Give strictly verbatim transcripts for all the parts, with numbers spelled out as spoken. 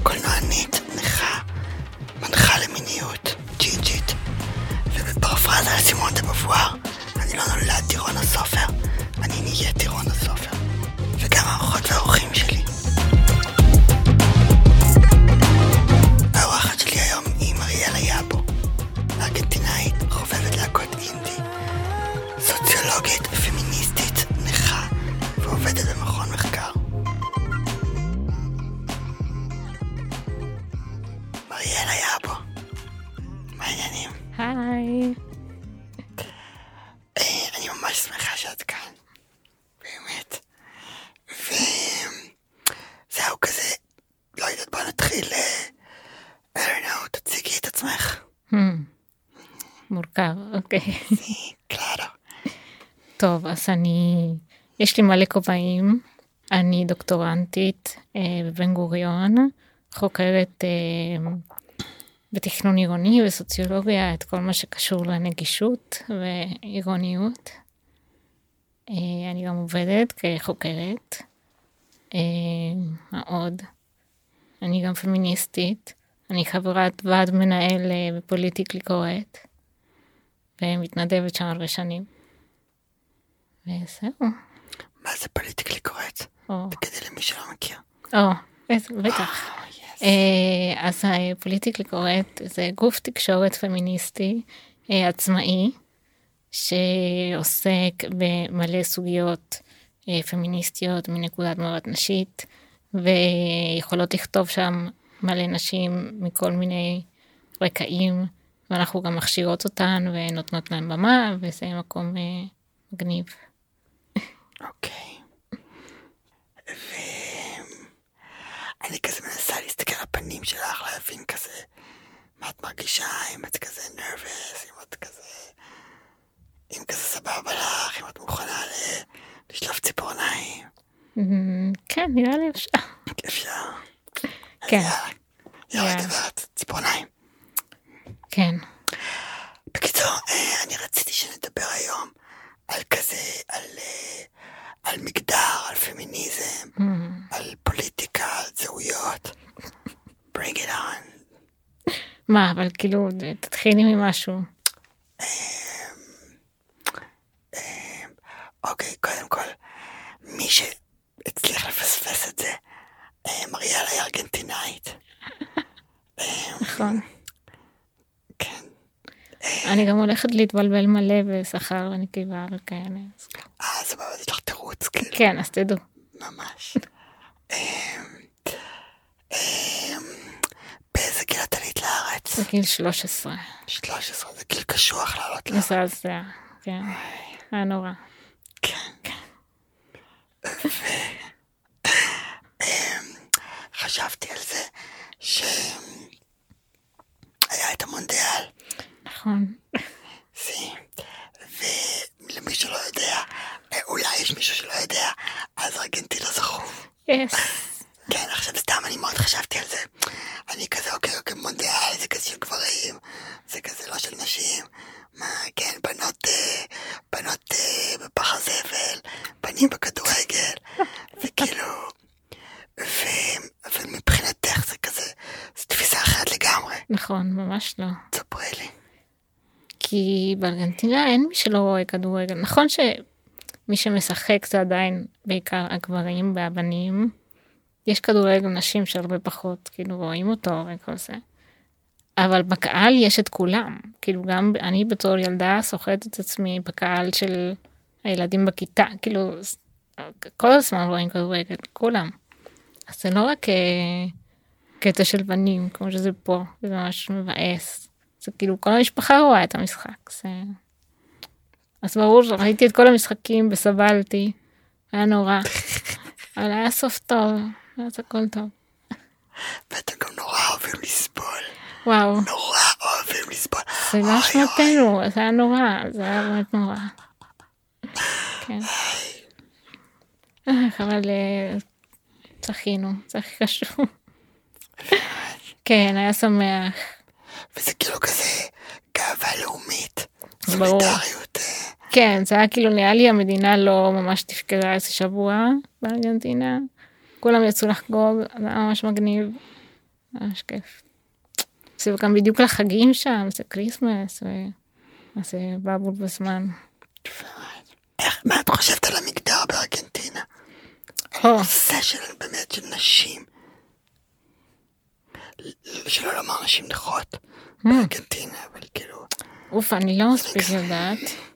קולנוענית, נכה, מנחה למיניות, ג'ינג'ית, ובפרפרזה על סימון דה בובואר, אני לא נולדתי רונה סופר, אני נהייתי רונה סופר, וגם האורחות והאורחים שלי. האורחת שלי היום היא מריאלה יאבו, ארגנטינאית, חובבת להקות אינדי, סוציולוגית ופמיניסטית, נכה, ועובדת במכון מחקר. מריאלה יאבו, מה העניינים? היי. אני ממש שמחה שאת כאן, באמת. וזהו כזה, לא יודעת, בוא נתחיל, I don't know, תציגי את עצמך. מורכב, אוקיי. קלארו. טוב, אז אני, יש לי מלא כובעים, אני דוקטורנטית בבן גוריון, חוקרת בתכנון עירוני וסוציולוגיה את כל מה שקשור לנגישות ועירוניות. אני גם עובדת כחוקרת. מה עוד? אני גם פמיניסטית. אני חברת ועד מנהל בפוליטיקלי קורקט. ומתנדבת שם הרבה שנים. וזהו. מה זה פוליטיקלי קורקט? תגידי למי שלא מכיר. או, בטח. אז פוליטיקלי קורקט זה גוף תקשורת פמיניסטי עצמאי שעוסק במלא סוגיות פמיניסטיות מנקודת מבט נשית, ויכולות לכתוב שם מלא נשים מכל מיני רקעים, ואנחנו גם מכשירות אותן ונותנות להם במה, וזה מקום מגניב. אוקיי. אני כזה מנסה להסתכל על הפנים שלך, להבין כזה מה את מרגישה, אם את כזה נרבס, אם את כזה, אם כזה סבבה לך, אם את מוכנה לשלוף ציפורניים. כן, נראה לי אפשר. אפשר. כן. יאללה, גברת, ציפורניים. כן. בקיצור, אני רציתי שנדבר היום על כזה, על... על מגדר, על פמיניזם, mm. על פוליטיקה, על זהויות. Bring it on. מה, אבל כאילו, תתחילי ממשהו. אוקיי, קודם כל, מי שהצליח לפספס את זה, מריאלה היא ארגנטינאית. נכון. כן. אני גם הולכת להתבלבל מלא בשכר ונקבה וכאלה. אה, זה באמת, יש לך תירוץ, כאילו. כן, אז תדעו. ממש. באיזה גיל את עלית לארץ? בגיל שלוש עשרה. שלוש עשרה, זה גיל קשוח לעלות לארץ. מזעזע, כן. היה נורא. כן. חשבתי על זה שהיה את המונדיאל. נכון. ולמי שלא יודע, אולי יש מישהו שלא יודע, אז ארגנטינה זכו. יס. כן, עכשיו סתם אני מאוד חשבתי על זה. אני כזה, אוקיי, אוקיי, מונדיאל, זה כזה של גברים, זה כזה לא של נשים. מה, כן, בנות, בנות בפח הזבל, בנים בכדורגל, וכאילו, ומבחינתך זה כזה, זו תפיסה אחרת לגמרי. נכון, ממש לא. ספרי לי. כי בארגנטינה אין מי שלא רואה כדורגל. נכון שמי שמשחק זה עדיין בעיקר הגברים והבנים. יש כדורגל נשים שהרבה פחות, כאילו רואים אותו וכל זה. אבל בקהל יש את כולם. כאילו גם אני בתור ילדה סוחטת את עצמי בקהל של הילדים בכיתה. כאילו כל הזמן רואים כדורגל, כולם. אז זה לא רק קטע של בנים, כמו שזה פה, זה ממש מבאס. זה כאילו כל המשפחה רואה את המשחק. זה... אז ברור, ראיתי את כל המשחקים וסבלתי, היה נורא. אבל היה סוף טוב, היה הכל טוב. ואתם גם נורא אוהבים לסבול. וואו. נורא אוהבים לסבול. זה לא אשמתנו, זה היה נורא, זה היה באמת נורא. כן. אבל צחינו, זה הכי חשוב. כן, היה שמח. וזה כאילו כזה גאווה לאומית, ברור. סולידריות. כן, זה היה כאילו נראה לי המדינה לא ממש תפקדה איזה שבוע בארגנטינה. כולם יצאו לחגוג, זה היה ממש מגניב. ממש כיף. זה גם בדיוק לחגים שם, זה קריסמס, וזה בבול בזמן. איך, מה את חושבת על המגדר בארגנטינה? על הנושא של באמת של נשים. שלא לומר נשים נכות בארגנטינה, אבל כאילו... אוף, אני לא מספיק יודעת.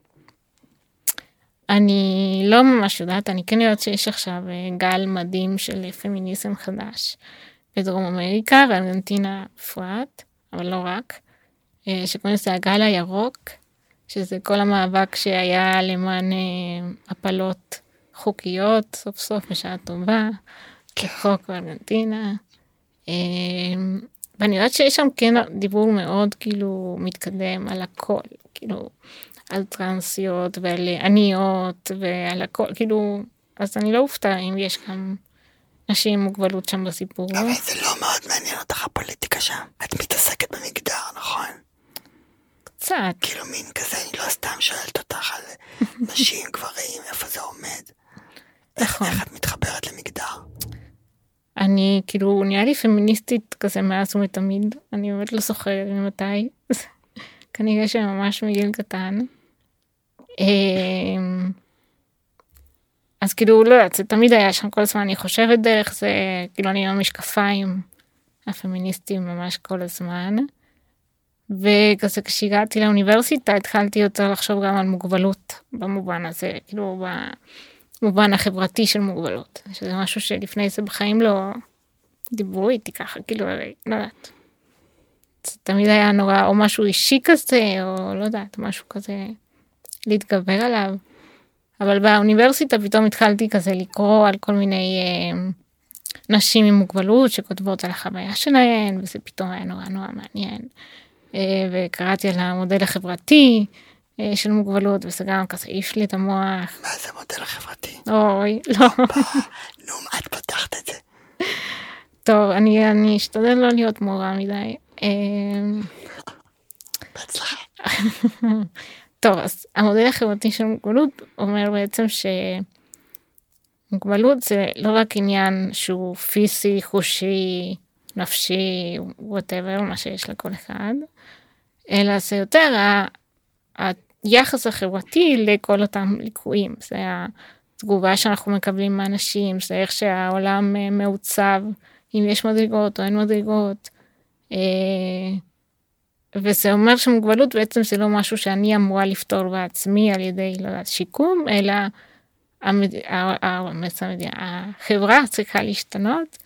אני לא ממש יודעת, אני כן יודעת שיש עכשיו גל מדהים של פמיניזם חדש בדרום אמריקה, וארגנטינה בפרט, אבל לא רק, שקוראים לזה הגל הירוק, שזה כל המאבק שהיה למען הפלות חוקיות, סוף סוף בשעה טובה, כחוק בארגנטינה. ואני יודעת שיש שם כן דיבור מאוד כאילו מתקדם על הכל, כאילו על טרנסיות ועל עניות ועל הכל, כאילו, אז אני לא אופתע אם יש גם נשים עם מוגבלות שם בסיפור. אבל זה לא מאוד מעניין אותך הפוליטיקה שם. את מתעסקת במגדר, נכון? קצת. כאילו מין כזה, אני לא סתם שואלת אותך על נשים, גברים, איפה זה עומד. נכון. איך את מתחברת למגדר? אני כאילו נראה לי פמיניסטית כזה מאז ומתמיד, אני באמת לא זוכרת ממתי, כנראה שממש מגיל קטן. אז כאילו לא יודעת, זה תמיד היה שם כל הזמן, אני חושבת דרך זה, כאילו אני עם המשקפיים הפמיניסטיים ממש כל הזמן, וכזה כשהגעתי לאוניברסיטה התחלתי יותר לחשוב גם על מוגבלות במובן הזה, כאילו במובן החברתי של מוגבלות, שזה משהו שלפני זה בחיים לא דיברו איתי ככה, כאילו לא יודעת. זה תמיד היה נורא, או משהו אישי כזה, או לא יודעת, משהו כזה להתגבר עליו. אבל באוניברסיטה פתאום התחלתי כזה לקרוא על כל מיני אה, נשים עם מוגבלות שכותבות על החוויה שלהן, וזה פתאום היה נורא נורא מעניין. אה, וקראתי על המודל החברתי אה, של מוגבלות, וזה גם כזה העיף לי את המוח. מה זה המודל החברתי? אוי, לא. נו, מה את פתחת את זה? טוב, אני, אני אשתדל לא להיות מורה מדי. בהצלחה. טוב, אז המודל החברתי של מוגבלות אומר בעצם שמוגבלות זה לא רק עניין שהוא פיזי, חושי, נפשי, whatever, מה שיש לכל אחד, אלא זה יותר היחס החברתי לכל אותם ליקויים. זה התגובה שאנחנו מקבלים מאנשים, זה איך שהעולם מעוצב, אם יש מדרגות או אין מדרגות, וזה אומר שמוגבלות בעצם זה לא משהו שאני אמורה לפתור בעצמי על ידי, לא יודעת, שיקום, אלא המד... החברה צריכה להשתנות,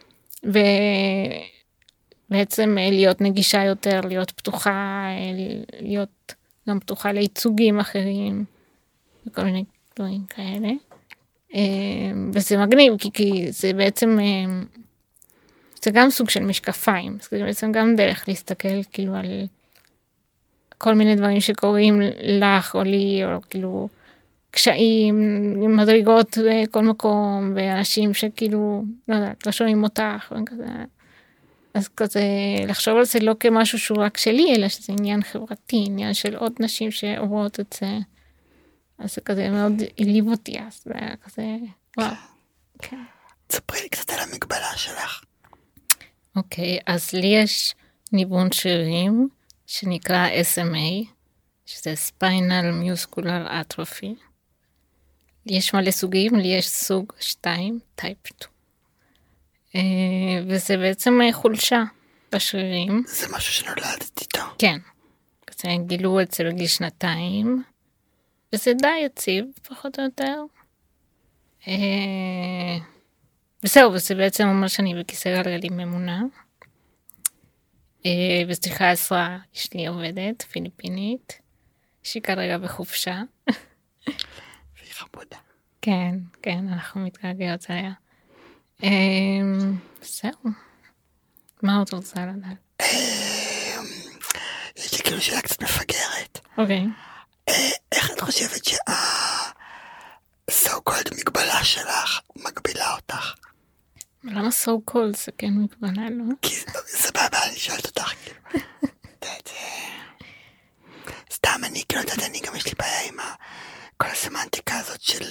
ובעצם להיות נגישה יותר, להיות פתוחה, להיות גם פתוחה לייצוגים אחרים, וכל מיני דברים כאלה. וזה מגניב, כי, כי זה בעצם... זה גם סוג של משקפיים, זה בעצם גם דרך להסתכל כאילו על כל מיני דברים שקורים לך או לי, או כאילו קשיים, מדרגות בכל מקום, ואנשים שכאילו, לא יודעת, לא שומעים אותך, וכזה. אז כזה לחשוב על זה לא כמשהו שהוא רק שלי, אלא שזה עניין חברתי, עניין של עוד נשים שעוברות את זה. אז זה כזה מאוד העליב אותי, אז זה היה כזה, וואו. כן. תספרי לי קצת על המגבלה שלך. אוקיי, okay, אז לי יש ניוון שרירים שנקרא אס אם איי, שזה Spinal Muscular Atrophy. יש מלא סוגים, לי יש סוג שתיים, טייפ שתיים. וזה בעצם חולשה בשרירים. זה משהו שנולדת איתו. כן, כזה גילו אצל גיל שנתיים, וזה די יציב, פחות או יותר. וזהו, וזה בעצם אומר שאני בכיסא גלגלים ממונה. וסליחה עשרה, יש לי עובדת פיליפינית, שהיא כרגע בחופשה. והיא חמודה. כן, כן, אנחנו מתגעגעות עליה. זהו. מה עוד רוצה לדעת? יש לי כאילו שאלה קצת מפגרת. אוקיי. איך את חושבת שה... so called מגבלה שלך מגבילה אותך? למה so called זה כן מגבלה, לא? כי סבבה, אני שואלת אותך, כאילו. סתם אני, כאילו, אני גם יש לי בעיה עם כל הסמנטיקה הזאת של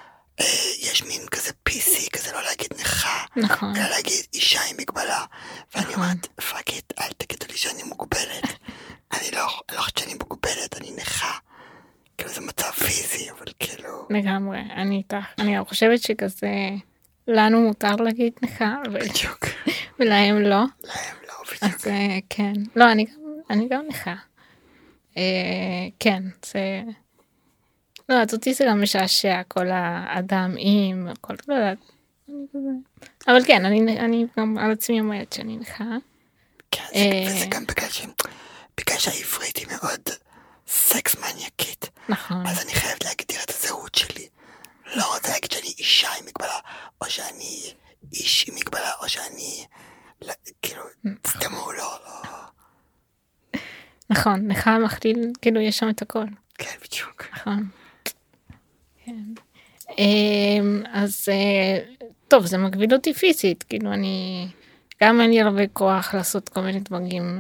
יש מין כזה פי סי, כזה לא להגיד נכה, נכון. אלא להגיד אישה עם מגבלה, ואני אומרת, פאק איט, אל תגידו לי שאני מוגבלת. אני לא, לא חושבת שאני מוגבלת, אני נכה. כאילו זה מצב פיזי, אבל כאילו... לגמרי, אני איתך. אני חושבת שכזה, לנו מותר להגיד נכה, בדיוק. ולהם לא. להם לא, בדיוק. אז כן. לא, אני גם, אני גם נכה. כן, זה... לא, אותי זה גם משעשע, כל האדם עם, כל... לא יודעת. אבל כן, אני, אני גם על עצמי אומרת שאני נכה. כן, וזה גם בגלל ש... בגלל שהעברית היא מאוד סקס מניאקית. נכון. אז אני חייבת להגדיר את הזהות שלי. לא רוצה להגיד שאני אישה עם מגבלה, או שאני איש עם מגבלה, או שאני... כאילו, סתמו, לא, לא... נכון, נכה מכליל, כאילו יש שם את הכל. כן, בדיוק. נכון. כן. אז טוב, זה מגביל אותי פיזית, כאילו אני, גם אין לי הרבה כוח לעשות כל מיני דברים,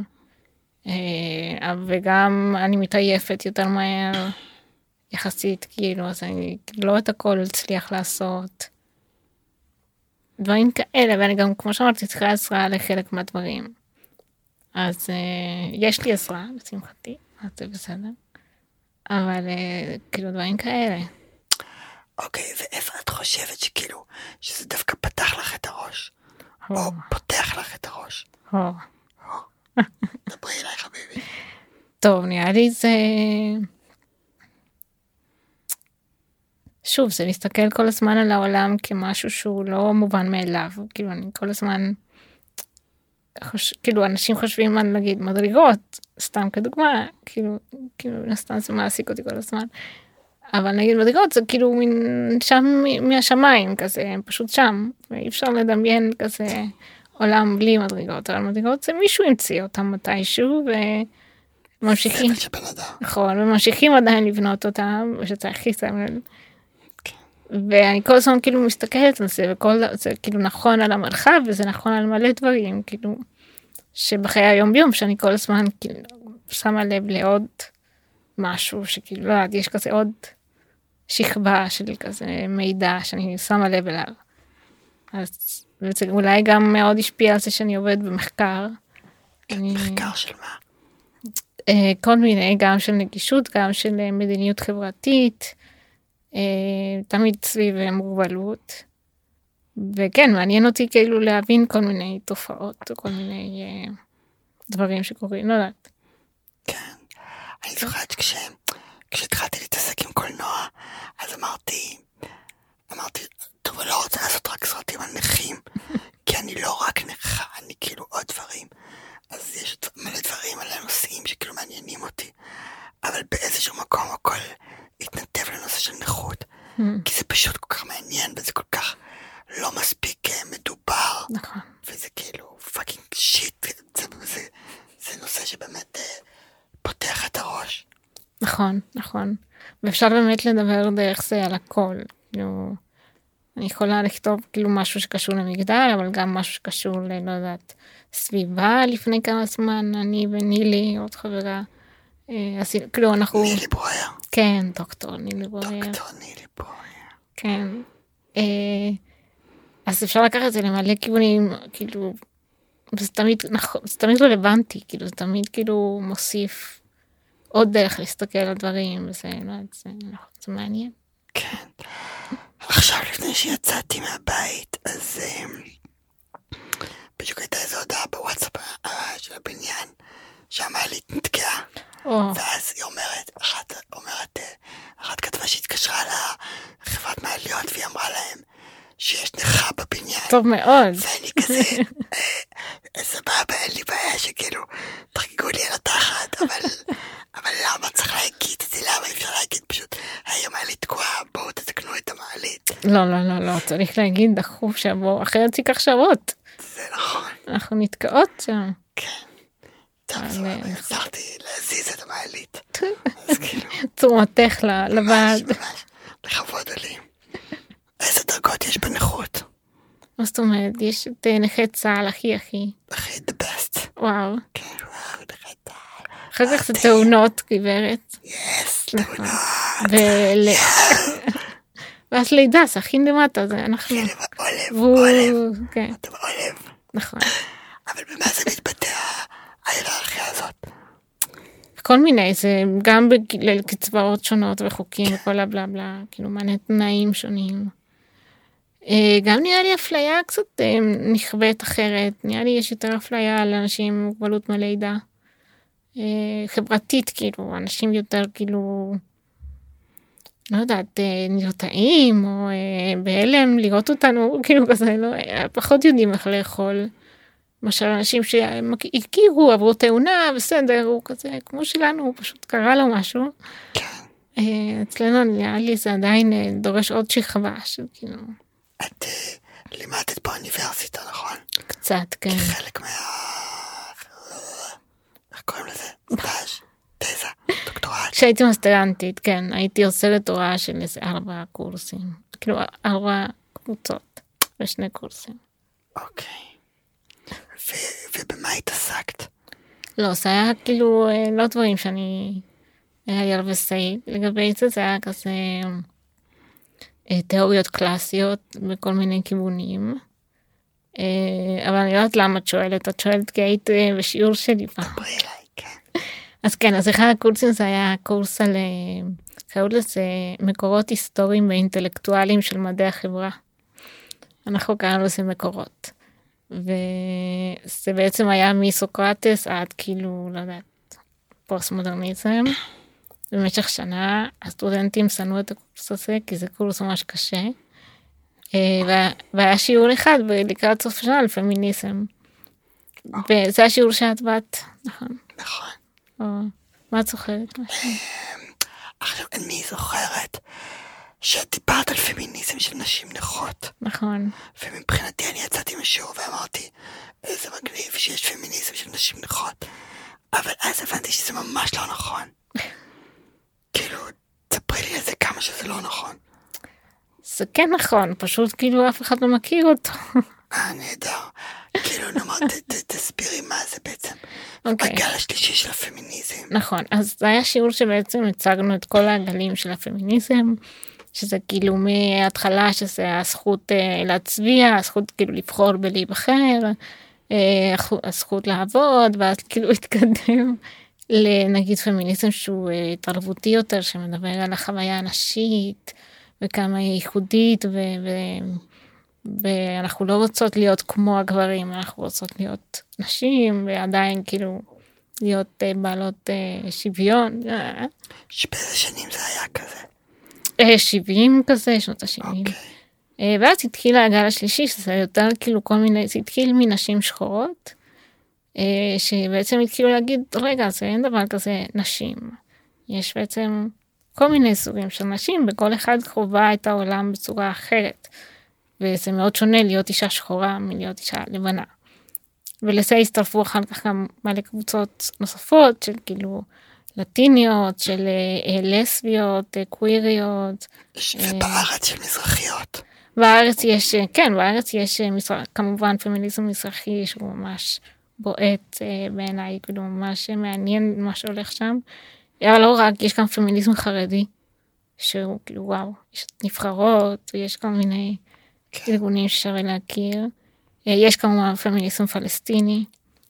וגם אני מתעייפת יותר מהר, יחסית, כאילו, אז אני לא את הכל הצליח לעשות, דברים כאלה, ואני גם, כמו שאמרתי, צריכה עזרה לחלק מהדברים. אז יש לי עזרה, בשמחתי, אז זה בסדר. אבל כאילו דברים כאלה. אוקיי, ואיפה את חושבת שכאילו, שזה דווקא פתח לך את הראש? או פותח לך את הראש? או. דברי אליי חביבי. טוב, נראה לי זה... שוב, זה להסתכל כל הזמן על העולם כמשהו שהוא לא מובן מאליו. כאילו, אני כל הזמן... חוש... כאילו, אנשים חושבים על, נגיד, מדרגות, סתם כדוגמה, כאילו, כאילו, סתם זה מעסיק אותי כל הזמן. אבל נגיד מדרגות זה כאילו מין שם מהשמיים כזה, הם פשוט שם, ואי אפשר לדמיין כזה עולם בלי מדרגות, אבל מדרגות זה מישהו המציא אותם מתישהו, וממשיכים, נכון, וממשיכים עדיין לבנות אותם, ושזה הכי סמל. ואני כל הזמן כאילו מסתכלת על זה, וכל זה כאילו נכון על המרחב, וזה נכון על מלא דברים, כאילו, שבחיי היום יום, שאני כל הזמן כאילו שמה לב לעוד משהו, שכאילו, לא יודעת, יש כזה עוד שכבה של כזה מידע שאני שמה לב אליו. אז זה אולי גם מאוד השפיע על זה שאני עובד במחקר. אני... מחקר של מה? כל מיני, גם של נגישות, גם של מדיניות חברתית, תמיד סביב מוגבלות. וכן, מעניין אותי כאילו להבין כל מיני תופעות, או כל מיני דברים שקורים, לא יודעת. כן, אני זוכרת כש... כשהתחלתי להתעסק עם קולנוע, אז אמרתי, אמרתי, טוב, אני לא רוצה לעשות רק סרטים על נכים, כי אני לא רק נכה, אני כאילו עוד דברים. אז יש מלא דברים על הנושאים שכאילו מעניינים אותי, אבל באיזשהו מקום הכל התנתב לנושא של נכות, כי זה פשוט כל כך מעניין, וזה כל כך לא מספיק מדובר, נכון. וזה כאילו פאקינג שיט, זה, זה, זה נושא שבאמת פותח את הראש. נכון, נכון. ואפשר באמת לדבר דרך זה על הכל. כאילו, אני יכולה לכתוב כאילו משהו שקשור למגדר, אבל גם משהו שקשור ל, לא יודעת, סביבה לפני כמה זמן, אני ונילי, עוד חברה. אז כאילו אנחנו... נילי ברויר. כן, דוקטור נילי ברויר. דוקטור נילי ברויר. כן. אז אפשר לקחת את זה למלא כיוונים, כאילו, זה תמיד, נכון, זה תמיד רלוונטי, כאילו, זה תמיד כאילו מוסיף עוד דרך להסתכל על דברים, וזה, לא, זה, זה מעניין. כן. עכשיו, לפני שיצאתי מהבית, אז בדיוק הייתה איזו הודעה בוואטסאפ של הבניין, שהמעלית נתקעה, ואז היא אומרת, אחת אומרת, אחת כתבה שהתקשרה לחברת מעליות, והיא אמרה להם, שיש נכה בבניין. טוב מאוד. ואני כזה, סבבה, אין לי בעיה שכאילו, תחגגו לי על התחת, אבל, אבל למה צריך להגיד את זה? למה אי אפשר להגיד פשוט, היי, המעלית תקועה, בואו תתקנו את המעלית. לא, לא, לא, לא, צריך להגיד דחוף שבו, אחרת תיקח שעות. זה נכון. אנחנו נתקעות שם. כן. טוב, סבבה, הצלחתי להזיז את המעלית. אז כאילו. תרומתך לבד. ממש, ממש, לכבוד עלי. איזה דרגות יש בנכות? מה זאת אומרת? יש את נכי צהל הכי הכי. הכי the best. וואו. כן, וואו, נכי צהל. אחר כך זה תאונות, גברת. יס, תאונות. ואז לידה, זה הכי למטה, זה אנחנו. עולב, עולב. כן. עולב. נכון. אבל אבל במה זה מתבטא ההיררכיה הזאת? כל מיני, זה גם בקצבאות שונות וחוקים וכל הבלה בלה, כאילו מענה תנאים שונים. גם נראה לי אפליה קצת נכבדת אחרת, נראה לי יש יותר אפליה לאנשים עם מוגבלות מלידה. חברתית, כאילו, אנשים יותר כאילו, לא יודעת, נרתעים או בהלם לראות אותנו, כאילו כזה, לא, פחות יודעים איך לאכול. למשל, אנשים שהכירו, עברו תאונה, בסדר, הוא כזה, כמו שלנו, הוא פשוט קרה לו משהו. אצלנו, נראה לי, זה עדיין דורש עוד שכבה, של כאילו... את לימדת באוניברסיטה, נכון? קצת, כן. כחלק מה... איך קוראים לזה? סטאז', תזה, דוקטורט. כשהייתי מסטרנטית, כן, הייתי עושה הוראה של איזה ארבעה קורסים. כאילו, ארבע קבוצות, ושני קורסים. אוקיי. ובמה התעסקת? לא, זה היה כאילו, לא דברים שאני... היה לי הרבה סעיד. לגבי זה, זה היה כזה... תיאוריות קלאסיות בכל מיני כיוונים. אבל אני לא יודעת למה את שואלת, את שואלת כי היית בשיעור שלי פעם. דברי אליי, כן. אז כן, אז אחד הקורסים זה היה קורס על, קראו לזה מקורות היסטוריים ואינטלקטואליים של מדעי החברה. אנחנו קראנו לזה מקורות. וזה בעצם היה מסוקרטס עד כאילו, לא יודעת, פוסט מודרניזם. במשך שנה הסטודנטים שנאו את הקורס הזה, כי זה קורס ממש קשה. והיה שיעור אחד לקראת סוף שנה על פמיניזם. וזה השיעור שאת באת, נכון? נכון. מה את זוכרת? עכשיו, אני זוכרת שאת דיברת על פמיניזם של נשים נכות. נכון. ומבחינתי אני יצאתי משיעור ואמרתי, איזה מגניב שיש פמיניזם של נשים נכות. אבל אז הבנתי שזה ממש לא נכון. כאילו, תספרי לי על זה כמה שזה לא נכון. זה כן נכון, פשוט כאילו אף אחד לא מכיר אותו. אה, נהדר. כאילו, נאמר, תסבירי מה זה בעצם. אוקיי. הגל השלישי של הפמיניזם. נכון, אז זה היה שיעור שבעצם הצגנו את כל הגלים של הפמיניזם, שזה כאילו מההתחלה שזה הזכות להצביע, הזכות כאילו לבחור בלהיבחר, הזכות לעבוד, ואז כאילו התקדם לנגיד פמיניזם שהוא תרבותי יותר, שמדבר על החוויה הנשית, וכמה היא ייחודית, ו... ואנחנו לא רוצות להיות כמו הגברים, אנחנו רוצות להיות נשים, ועדיין כאילו להיות בעלות שוויון. שבאיזה שנים זה היה כזה? שבעים כזה, שנות ה-שבעים. אוקיי. ואז התחיל הגל השלישי, שזה יותר כאילו כל מיני, זה התחיל מנשים שחורות, שבעצם התחילו להגיד, רגע, זה אין דבר כזה נשים. יש בעצם כל מיני סוגים של נשים, בכל אחד חובה את העולם בצורה אחרת. וזה מאוד שונה להיות אישה שחורה מלהיות אישה לבנה. ולזה הצטרפו אחר כך גם מלא קבוצות נוספות, של כאילו לטיניות, של לסביות, קוויריות. ובארץ של מזרחיות. בארץ יש, כן, בארץ יש כמובן פמיניזם מזרחי, שהוא ממש בועט בעיניי, כאילו ממש מעניין מה שהולך שם. אבל לא רק, יש גם פמיניזם חרדי, שהוא כאילו וואו, יש נבחרות, ויש כל מיני ארגונים ששווה להכיר. יש כמובן פמיניזם פלסטיני,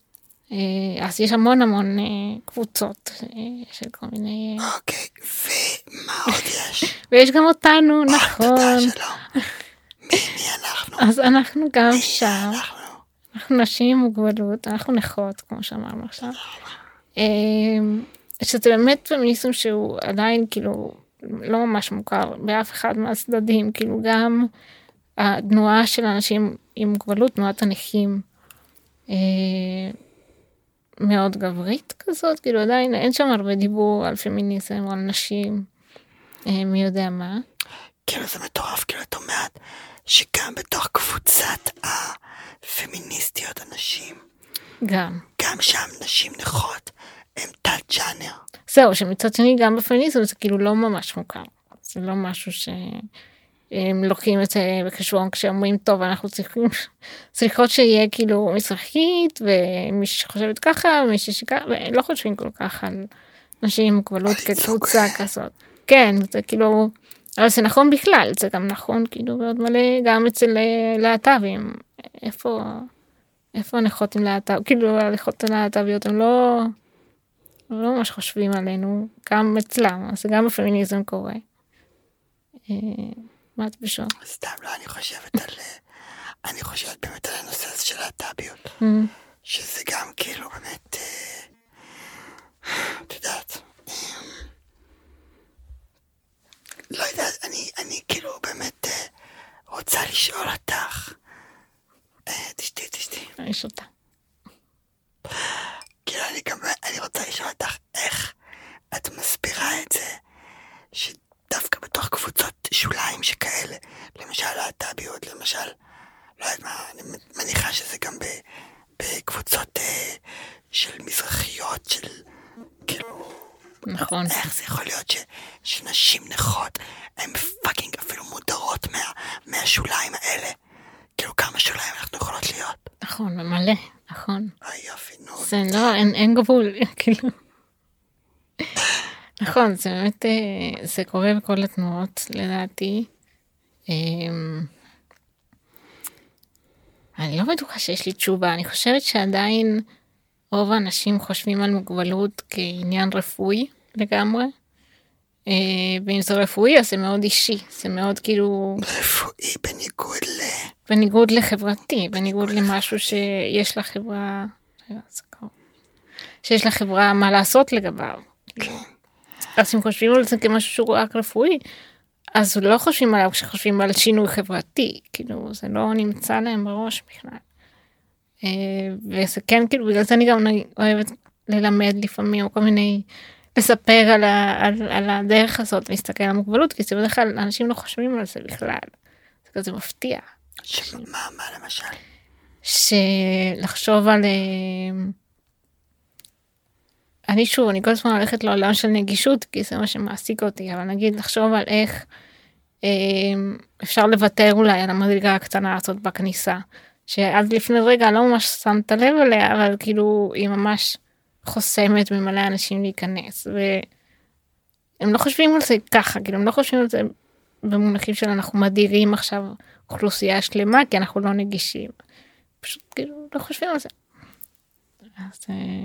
אז יש המון המון קבוצות של כל מיני... אוקיי, ומה עוד יש? ויש גם אותנו, נכון. תודה שלום. מי אנחנו? אז אנחנו גם שם. אנחנו נשים עם מוגבלות, אנחנו נכות, כמו שאמרנו עכשיו. שזה באמת פמיניזם שהוא עדיין כאילו לא ממש מוכר באף אחד מהצדדים, כאילו גם התנועה של אנשים עם מוגבלות, תנועת הנכים, אה, מאוד גברית כזאת, כאילו עדיין אין שם הרבה דיבור על פמיניזם או על נשים, אה, מי יודע מה. כאילו זה מטורף, כאילו את אומרת שגם בתוך קבוצת הפמיניסטיות הנשים, גם. גם שם נשים נכות, הם תת ג'אנר. זהו, שמצד שני גם בפמיניזם זה כאילו לא ממש מוכר, זה לא משהו ש... הם לוקחים את זה בחשבון כשאומרים טוב אנחנו צריכים צריכות שיהיה כאילו מזרחית ומי שחושבת ככה ומי שככה ולא חושבים כל כך על נשים עם מוגבלות כקבוצה כזאת. כן, זה כאילו, אבל זה נכון בכלל, זה גם נכון כאילו מאוד מלא גם אצל להט"בים. איפה איפה הנכות עם להט"ב, כאילו הנכות הלהט"ביות הם לא, הם לא ממש חושבים עלינו, גם אצלם, אז גם בפמיניזם קורה. מה את בשביל? סתם לא, אני חושבת על, אני חושבת באמת על הנושא הזה של להט"ביות, שזה גם כאילו באמת, את יודעת, לא יודעת, אני, אני כאילו באמת רוצה לשאול אותך, תשתי, תשתי. אני שותה. כאילו אני גם, אני רוצה לשאול אותך איך את מסבירה את זה, שדווקא בתוך קבוצות שוליים שכאלה, למשל להט"ביות, למשל, לא יודעת מה, אני מניחה שזה גם בקבוצות של מזרחיות, של כאילו, נכון. איך זה יכול להיות ש, שנשים נכות, הן פאקינג אפילו מודרות מה, מהשוליים האלה, כאילו כמה שוליים אנחנו יכולות להיות. נכון, מלא, נכון. אוי יופי, נו. זה לא, אין, אין גבול, כאילו. נכון, זה באמת, זה קורה בכל התנועות, לדעתי. אני לא בטוחה שיש לי תשובה, אני חושבת שעדיין רוב האנשים חושבים על מוגבלות כעניין רפואי לגמרי. ואם זה רפואי, אז זה מאוד אישי, זה מאוד כאילו... רפואי בניגוד ל... בניגוד לחברתי, בניגוד למשהו שיש לחברה... שיש לחברה מה לעשות לגביו. אז אם חושבים על זה כמשהו שהוא רק רפואי, אז לא חושבים עליו כשחושבים על שינוי חברתי, כאילו זה לא נמצא להם בראש בכלל. וזה כן, כאילו בגלל זה אני גם אוהבת ללמד לפעמים, או כל מיני, לספר על, ה, על, על הדרך הזאת, להסתכל על המוגבלות, כי זה בדרך כלל אנשים לא חושבים על זה בכלל. זה כזה מפתיע. שמה, מה למשל? שלחשוב על... אני שוב, אני כל הזמן הולכת לעולם של נגישות, כי זה מה שמעסיק אותי, אבל נגיד לחשוב על איך אה, אפשר לוותר אולי על המדרגה הקטנה הזאת בכניסה, שעד לפני רגע לא ממש שמת לב עליה, אבל כאילו היא ממש חוסמת ממלא אנשים להיכנס, והם לא חושבים על זה ככה, כאילו הם לא חושבים על זה במונחים של אנחנו מדירים עכשיו אוכלוסייה שלמה, כי אנחנו לא נגישים. פשוט כאילו לא חושבים על זה. אז...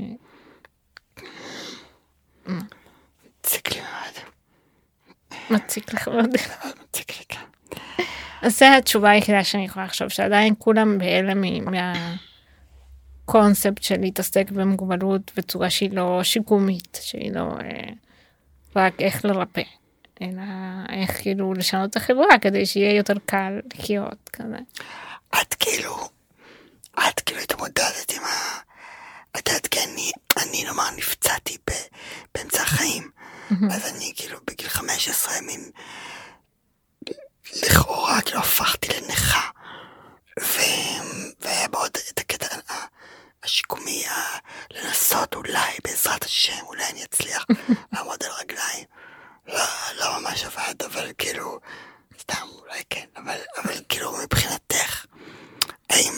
מציק לי מאוד. מציק לך מאוד. מציק לי כאן. אז זו התשובה היחידה שאני יכולה לחשוב, שעדיין כולם בהלם מהקונספט של להתעסק במוגבלות בצורה שהיא לא שיקומית, שהיא לא רק איך לרפא, אלא איך כאילו לשנות את החברה כדי שיהיה יותר קל לחיות כזה. את כאילו, את כאילו התמודדת עם ה... את יודעת, כי אני, אני נאמר, נפצעתי באמצע החיים, אז אני כאילו בגיל חמש עשרה, מין, לכאורה, כאילו הפכתי לנכה, והיה מאוד את הקטע השיקומי, לנסות אולי, בעזרת השם, אולי אני אצליח לעמוד על רגליים, לא, לא ממש עבד, אבל כאילו, סתם, אולי כן, אבל, אבל כאילו מבחינתך, האם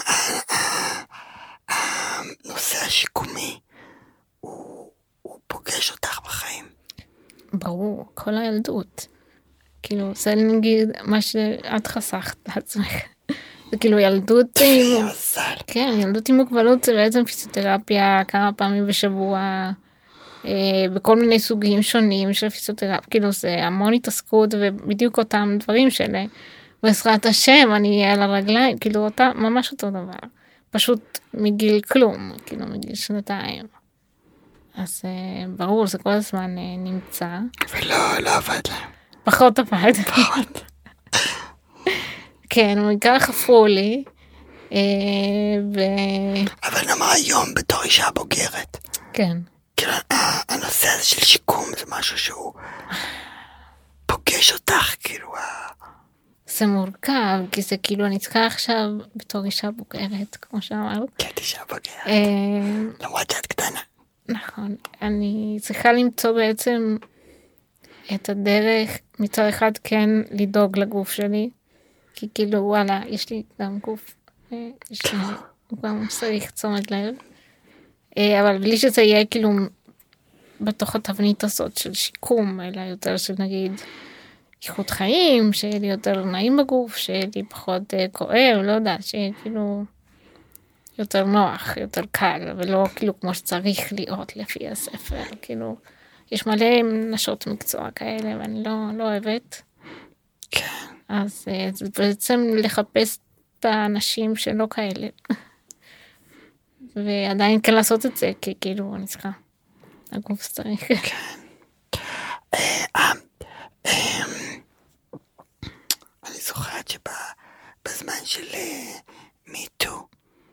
הנושא השיקומי הוא, הוא פוגש אותך בחיים? ברור, כל הילדות. כאילו, זה נגיד מה שאת חסכת לעצמך. זה כאילו ילדות עם... כן, ילדות עם מוגבלות זה בעצם פיזיותרפיה כמה פעמים בשבוע, אה, בכל מיני סוגים שונים של פיזיותרפיה. כאילו, זה המון התעסקות ובדיוק אותם דברים של בעזרת השם, אני אהיה על הרגליים. כאילו, אותה, ממש אותו דבר. פשוט מגיל כלום, כאילו, מגיל שנתיים. אז ברור, זה כל הזמן נמצא. ולא, לא עבד להם. פחות עבד. פחות. כן, בעיקר חפרו לי. אבל נאמר היום בתור אישה בוגרת. כן. כאילו, הנושא הזה של שיקום זה משהו שהוא פוגש אותך, כאילו. זה מורכב, כי זה כאילו, אני צריכה עכשיו בתור אישה בוגרת, כמו שאמרת. כן, אישה בוגרת. למרות שאת קטנה. נכון, אני צריכה למצוא בעצם את הדרך מצד אחד כן לדאוג לגוף שלי, כי כאילו וואלה, יש לי גם גוף, יש לי גם צריך תשומת לב, אבל בלי שזה יהיה כאילו בתוך התבנית הזאת של שיקום, אלא יותר של נגיד איכות חיים, שיהיה לי יותר נעים בגוף, שיהיה לי פחות כואב, לא יודע, שיהיה כאילו יותר נוח, יותר קל, ולא כאילו כמו שצריך להיות לפי הספר, כאילו, יש מלא נשות מקצוע כאלה, ואני לא, לא אוהבת. כן. אז זה בעצם לחפש את האנשים שלא כאלה. ועדיין כן לעשות את זה, כי כאילו, אני צריכה, הגוף צריך. כן. אני זוכרת שבזמן של מיטו,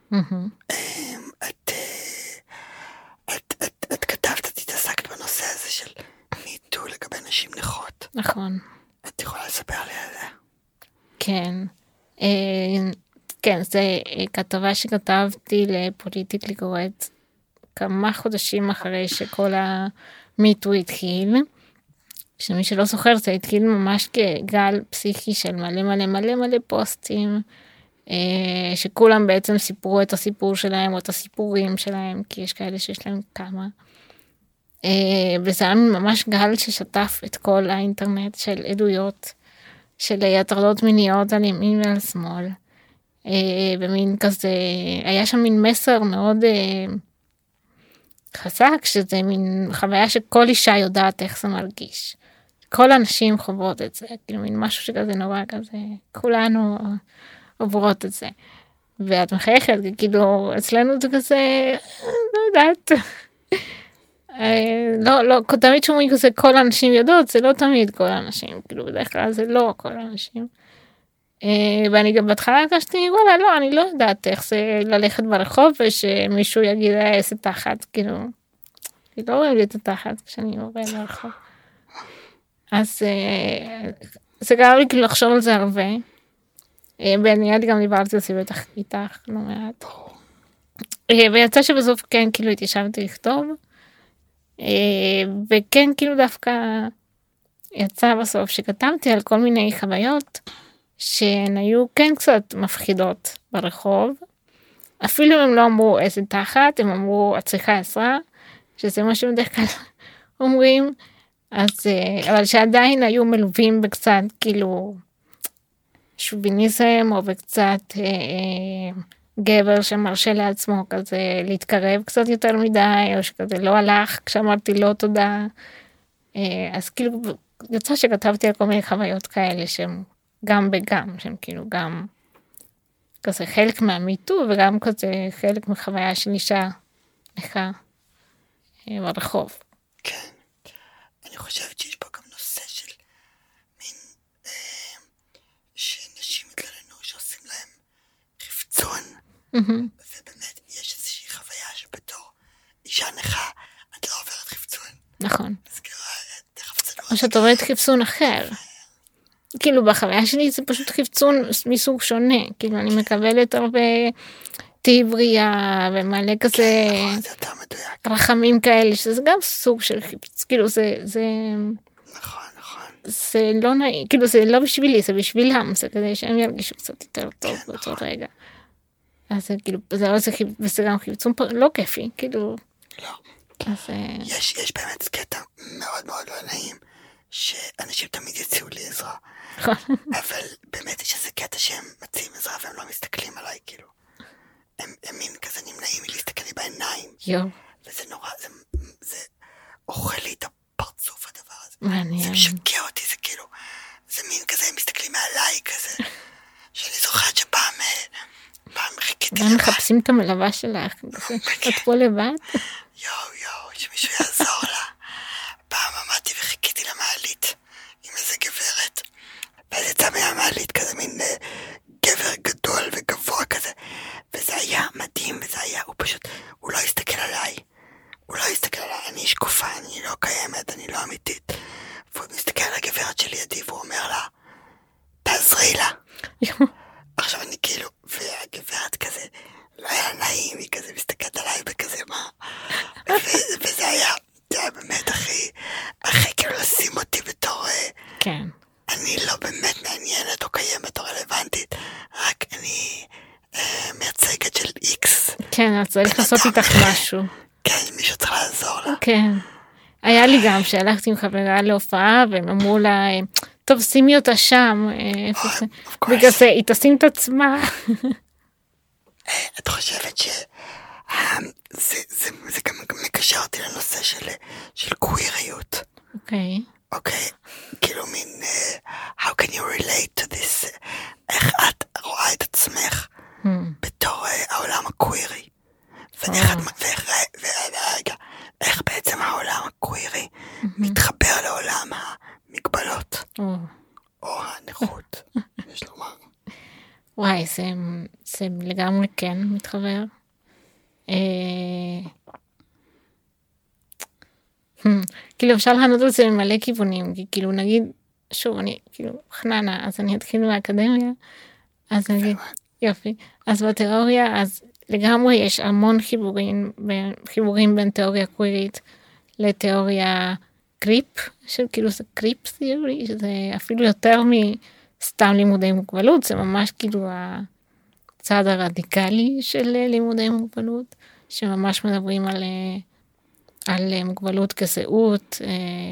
את את כתבת, את התעסקת בנושא הזה של מיטו לגבי נשים נכות. נכון. את יכולה לספר לי על זה? כן. כן, זה כתבה שכתבתי לפוליטיקלי קורקט כמה חודשים אחרי שכל המיטו התחיל. שמי שלא זוכר, זה התחיל ממש כגל פסיכי של מלא מלא מלא מלא פוסטים, שכולם בעצם סיפרו את הסיפור שלהם, או את הסיפורים שלהם, כי יש כאלה שיש להם כמה. וזה היה ממש גל ששטף את כל האינטרנט של עדויות, של הטרדות מיניות על ימין ועל שמאל. ומין כזה, היה שם מין מסר מאוד חזק, שזה מין חוויה שכל אישה יודעת איך זה מרגיש. כל הנשים חוברות את זה, כאילו מין משהו שכזה נורא כזה, כולנו עוברות את זה. ואת מחייכת, כאילו אצלנו זה כזה, לא יודעת. לא, לא, תמיד שומעים כזה כל הנשים יודעות, זה לא תמיד כל הנשים, כאילו בדרך כלל זה לא כל הנשים. ואני גם בהתחלה הרגשתי, וואלה, לא, אני לא יודעת איך זה ללכת ברחוב, ושמישהו יגיד, איזה תחת, כאילו, אני לא רואה לי את התחת כשאני עובד ברחוב. אז זה גרם לי כאילו לחשוב על זה הרבה. בעניין גם דיברתי על זה בטח איתך, לא מעט. ויצא שבסוף כן, כאילו התיישבתי לכתוב, וכן, כאילו דווקא יצא בסוף שכתבתי על כל מיני חוויות, שהן היו כן קצת מפחידות ברחוב, אפילו הם לא אמרו איזה תחת, הם אמרו את צריכה עזרה, שזה מה שבדרך כלל אומרים, אז, אבל שעדיין היו מלווים בקצת כאילו שוביניזם, או בקצת אה, אה, גבר שמרשה לעצמו כזה להתקרב קצת יותר מדי, או שכזה לא הלך כשאמרתי לא תודה, אה, אז כאילו יצא שכתבתי על כל מיני חוויות כאלה שהם גם וגם, שהם כאילו גם כזה חלק מהמיטו, וגם כזה חלק מחוויה של אישה נכה ברחוב. כן, אני חושבת שיש פה גם נושא של מין, אה, שנשים התלוננו שעושים להם חפצון, Mm-hmm. ובאמת יש איזושהי חוויה שבתור אישה נכה, את לא עוברת חפצון. נכון. אז כאילו, את חפצנות. או שאת עוברת חפצון אחר. כאילו בחוויה שלי זה פשוט חפצון מסוג שונה, כאילו אני מקבלת הרבה תהי בריאה ומלא כזה רחמים כאלה, שזה גם סוג של חפץ, כאילו זה, זה, נכון, נכון. זה לא נעים, כאילו זה לא בשבילי, זה בשבילם, זה כדי שהם ירגישו קצת יותר טוב באותו רגע. אז זה כאילו, זה גם חפצון לא כיפי, כאילו. לא. אז... יש, יש באמת קטע מאוד מאוד לא נעים, שאנשים תמיד יציעו לי עזרה. אבל באמת יש איזה קטע שהם מציעים עזרה והם לא מסתכלים עליי, כאילו. הם, הם מין כזה נמנעים מלהסתכל לי בעיניים. יו. וזה נורא, זה, זה אוכל לי את הפרצוף הדבר הזה. מעניין. זה משגע אותי, זה כאילו, זה מין כזה, הם מסתכלים מעליי כזה. שאני זוכרת שפעם, פעם חיכיתי לבד. הם מחפשים את המלווה שלך, את פה לבד? יואו, יואו, שמישהו יעזור לה. פעם עמדתי וחיכיתי למעלית עם איזה גברת, ואז יצא מהמעלית כזה מין גבר גדול וגבוה כזה, וזה היה מדהים, וזה היה, הוא פשוט, הוא לא הסתכל עליי, הוא לא הסתכל עליי, אני שקופה, אני לא קיימת, אני לא אמיתית, והוא מסתכל על הגברת שלידי, והוא אומר לה, תעזרי לה. עכשיו אני כאילו, והגברת כזה, לא היה נעים, היא כזה מסתכלת עליי בכזה מה, וזה היה, זה היה באמת הכי, הכי כאילו לשים אותי בתור, כן. אני לא באמת מעניינת או קיימת או רלוונטית, רק אני אה, מייצגת של איקס. כן, צריך לעשות איתך משהו. כן, מישהו צריך לעזור לה. כן. היה לי גם שהלכתי עם חברה להופעה, והם אמרו לה, טוב, שימי אותה שם, איפה זה? בגלל זה, היא תשים את עצמה. את חושבת ש... זה, זה, זה גם מקשר אותי לנושא של, של קוויריות. אוקיי. אוקיי, כאילו מין, uh, how can you relate to this? איך את רואה את עצמך hmm. בתור uh, העולם הקווירי? ואיך, oh. ואיך, ורגע, איך בעצם העולם הקווירי mm-hmm. מתחבר לעולם המגבלות? Oh. או הנכות, יש לומר. וואי, זה, זה לגמרי כן מתחבר. כאילו אפשר לענות על זה ממלא כיוונים, כאילו נגיד, שוב, אני כאילו חננה, אז אני אתחיל מהאקדמיה, אז אני אגיד, יופי, אז בתיאוריה, אז לגמרי יש המון חיבורים, חיבורים בין תיאוריה קווירית לתיאוריה קריפ, של כאילו זה קריפ תיאורי, שזה אפילו יותר מסתם לימודי מוגבלות, זה ממש כאילו הצד הרדיקלי של לימודי מוגבלות, שממש מדברים על, על מוגבלות כזהות,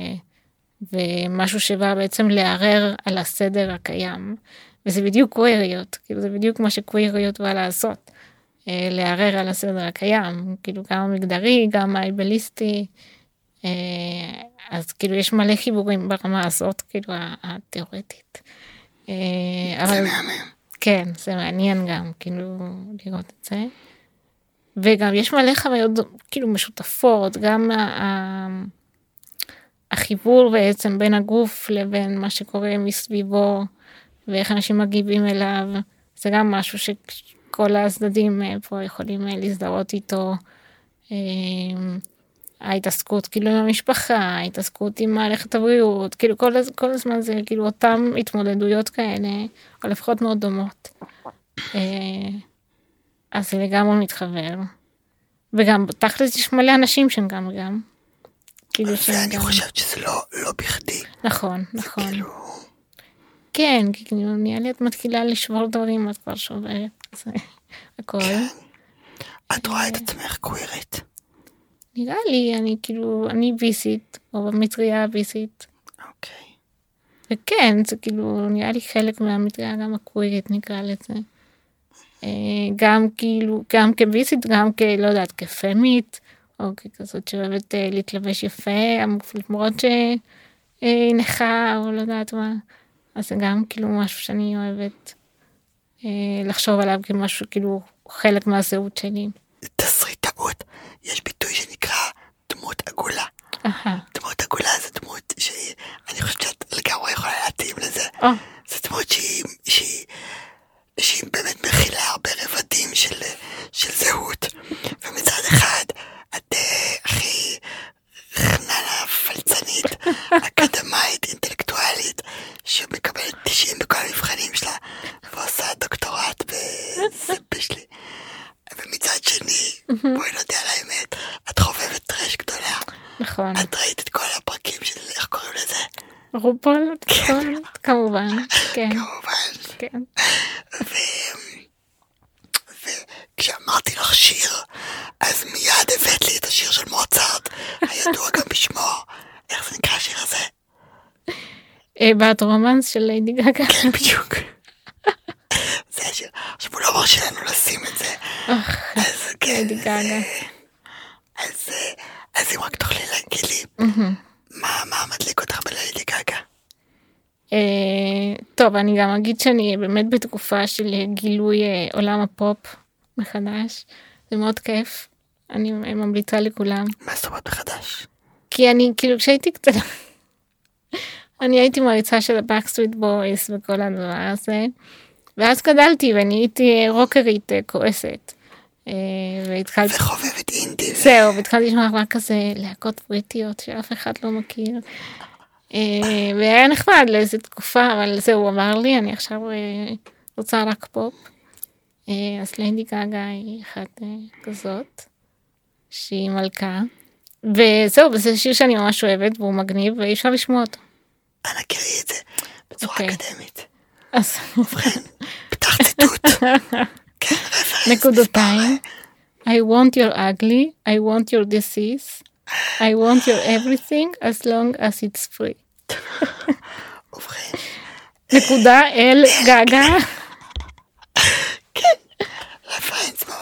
ומשהו שבא בעצם לערער על הסדר הקיים, וזה בדיוק קוויריות, כאילו זה בדיוק מה שקוויריות בא לעשות, לערער על הסדר הקיים, כאילו גם המגדרי, גם האייבליסטי, אז כאילו יש מלא חיבורים ברמה הזאת, כאילו התיאורטית. זה מהמם. כן, זה מעניין גם, כאילו, לראות את זה. וגם יש מלא חוויות, כאילו, משותפות, גם החיבור בעצם בין הגוף לבין מה שקורה מסביבו, ואיך אנשים מגיבים אליו, זה גם משהו שכל הצדדים פה יכולים להזדהות איתו. ההתעסקות כאילו עם המשפחה, ההתעסקות עם מערכת הבריאות, כאילו כל, כל הזמן זה כאילו אותם התמודדויות כאלה, או לפחות מאוד דומות. אז זה לגמרי מתחבר. וגם תכלס יש מלא אנשים שהם גם וגם. כאילו ואני גם... חושבת שזה לא, לא בכדי. נכון, נכון. כאילו... כן, כאילו נראה לי את מתחילה לשבור דברים, את כבר שוברת. זה הכל. כן. את רואה את עצמך קווירית. נראה לי, אני כאילו, אני ביסית, או במטריה ביסית. אוקיי. וכן, זה כאילו, נראה לי חלק מהמטריה, גם הקווירית נקרא לזה. גם כאילו, גם כביסית, גם כ, לא יודעת, כפמית, או ככזאת שאוהבת להתלבש יפה, למרות שהיא נכה, או לא יודעת מה. אז זה גם כאילו משהו שאני אוהבת לחשוב עליו כמשהו, כאילו, חלק מהזהות שלי. תסריטאות. יש ביטוי שנקרא דמות עגולה. דמות עגולה זה דמות שאני חושבת שאת לגמרי יכולה להתאים לזה. זה דמות שהיא, שהיא, שהיא באמת מכילה הרבה רבדים של, של זהות. ומצד אחד, את הכי חננה פלצנית, אקדמאית, אינטלקטואלית, שמקבלת תשעים בכל המבחנים שלה, ועושה דוקטורט בספשלי. ומצד שני, בואי נודע על האמת, את חובבת טרש גדולה. נכון. את ראית את כל הפרקים של, איך קוראים לזה? רופול, כמובן. כן. כמובן. כן. וכשאמרתי לך שיר, אז מיד הבאת לי את השיר של מוצרט, הידוע גם בשמו. איך זה נקרא השיר הזה? בת רומנס של ליידי גגה. כן, בדיוק. זה השיר. עכשיו הוא לא מרשה לנו לשים את זה. אז כן. אז אם רק תוכלי להגיד לי, מה מדליק אותך בליידי גגה? טוב, אני גם אגיד שאני באמת בתקופה של גילוי עולם הפופ מחדש. זה מאוד כיף. אני ממליצה לכולם. מה זאת אומרת מחדש? כי אני, כאילו, כשהייתי קטנה, אני הייתי מריצה של הבקסטריט בויס וכל הדבר הזה. ואז גדלתי ואני הייתי רוקרית כועסת. והתחלתי... וחובבת אינדי. זהו, והתחלתי לשמוע רק כזה להקות בריטיות שאף אחד לא מכיר. והיה נחמד לאיזו תקופה, אבל זהו, הוא אמר לי, אני עכשיו רוצה רק פופ. אז ליידי גגה היא אחת כזאת, שהיא מלכה. וזהו, וזה שיר שאני ממש אוהבת, והוא מגניב, ואי אפשר לשמוע אותו. אנא קראי את זה בצורה אקדמית. אז... ובכן, פתח ציטוט. נקודותיים. I want your ugly, I want your disease, I want your everything as long as it's free. ובכן. נקודה אל גגה. כן, רפרנס מאוד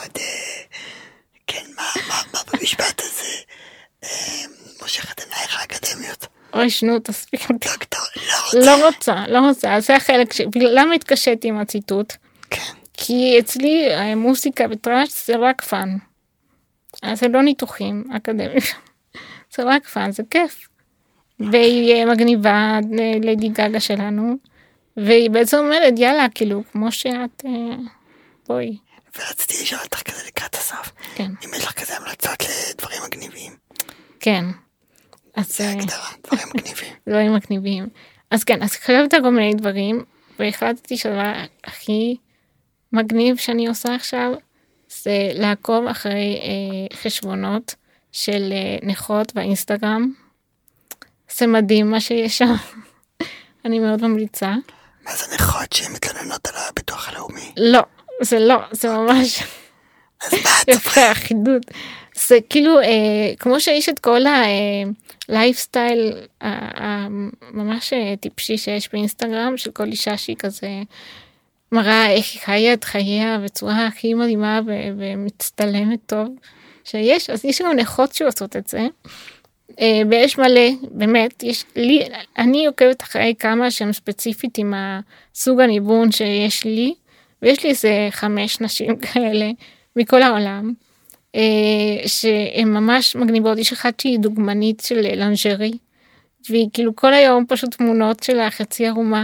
מה במשפט הזה מושך את עינייך האקדמיות? אוי, שנו, תספיק אותי. דוקטור, לא רוצה. לא רוצה, לא רוצה. זה החלק ש... למה התקשיתי עם הציטוט? כן. כי אצלי מוזיקה וטראש זה רק פאן. אז זה לא ניתוחים אקדמיים. זה רק פאן, זה כיף. והיא מגניבה ליידי גגה שלנו, והיא בעצם אומרת, יאללה, כאילו, כמו שאת, בואי. ורציתי לשאול אותך כזה לקראת הסוף. כן. אם יש לך כזה המלצות לדברים מגניבים. כן. זה הגדרה, דברים מגניבים. דברים מגניבים. אז כן, אז חשבת כל מיני דברים, והחלטתי שהדבר הכי מגניב שאני עושה עכשיו, זה לעקוב אחרי אה, חשבונות של אה, נכות באינסטגרם. זה מדהים מה שיש שם. אני מאוד ממליצה. מה זה נכות שהן מתלוננות על הביטוח הלאומי? לא, זה לא, זה ממש... אז מה את יפה, חידוד. זה כאילו, אה, כמו שיש את כל הלייפסטייל הממש טיפשי שיש באינסטגרם, של כל אישה שהיא כזה מראה איך היא חיה את חייה בצורה הכי מדהימה ו- ומצטלמת טוב שיש, אז יש גם נכות שעושות את זה. אה, ויש מלא, באמת, יש לי, אני עוקבת אחרי כמה שהם ספציפית עם הסוג הניוון שיש לי, ויש לי איזה חמש נשים כאלה מכל העולם, שהן ממש מגניבות. יש אחת שהיא דוגמנית של לנג'רי, והיא כאילו כל היום פשוט תמונות של החצי ערומה,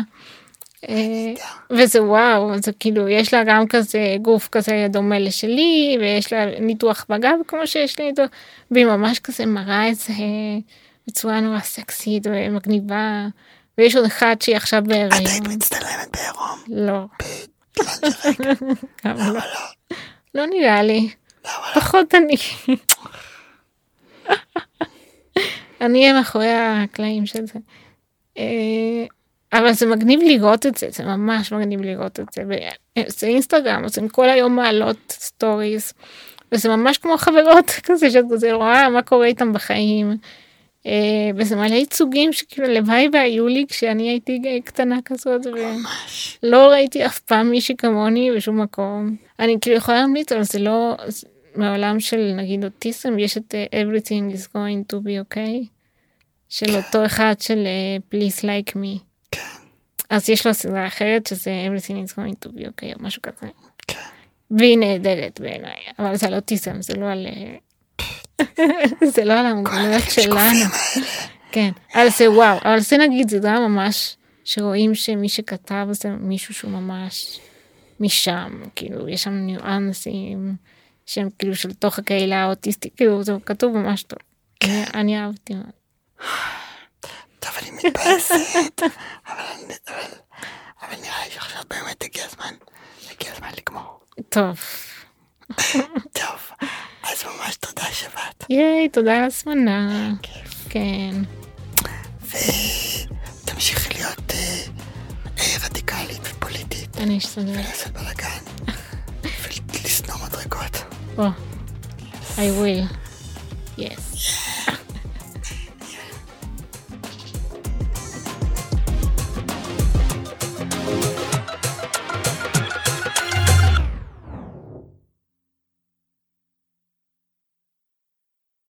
וזה וואו, זה כאילו יש לה גם כזה גוף כזה דומה לשלי, ויש לה ניתוח בגב כמו שיש לי, והיא ממש כזה מראה את זה בצורה נורא סקסית ומגניבה, ויש עוד אחת שהיא עכשיו בהיריון. את היית מצטלמת בעירום? לא. בלנג'רי? למה לא? לא נראה לי. פחות אני. אני אהיה מאחורי הקלעים של זה. אבל זה מגניב לראות את זה, זה ממש מגניב לראות את זה. זה אינסטגרם, אז הם כל היום מעלות סטוריז, וזה ממש כמו חברות כזה, שזה רואה מה קורה איתם בחיים. וזה מלא ייצוגים שכאילו לוואי והיו לי כשאני הייתי קטנה כזאת, ולא ראיתי אף פעם מישהי כמוני בשום מקום. אני כאילו יכולה להמליץ, אבל זה לא... מעולם של נגיד אוטיסם, יש את uh, Everything is going to be okay, של אותו אחד של uh, Please like me. כן. אז יש לו סדרה אחרת שזה Everything is going to be okay, או משהו כזה. כן. והיא נהדרת בעיניי, אבל זה על אוטיסם, זה לא על... זה לא על המוגבלויות שלנו. כן, אבל זה וואו, אבל זה נגיד, זה דעה ממש, שרואים שמי שכתב זה מישהו שהוא ממש משם, כאילו, יש שם ניואנסים, שהם כאילו של תוך הקהילה האוטיסטית, כאילו זה כתוב ממש טוב. כן. אני אהבתי מאוד. טוב, אני מתבאסת, אבל נראה לי שעכשיו באמת הגיע הזמן, הגיע הזמן לגמור. טוב. טוב, אז ממש תודה שבאת. ייי, תודה על הזמנה. כיף. כן. ותמשיכי להיות רדיקלית ופוליטית. אני אשתדל. ולעשות בלגן. ולשנוא מדרגות. Oh, I will. Yes.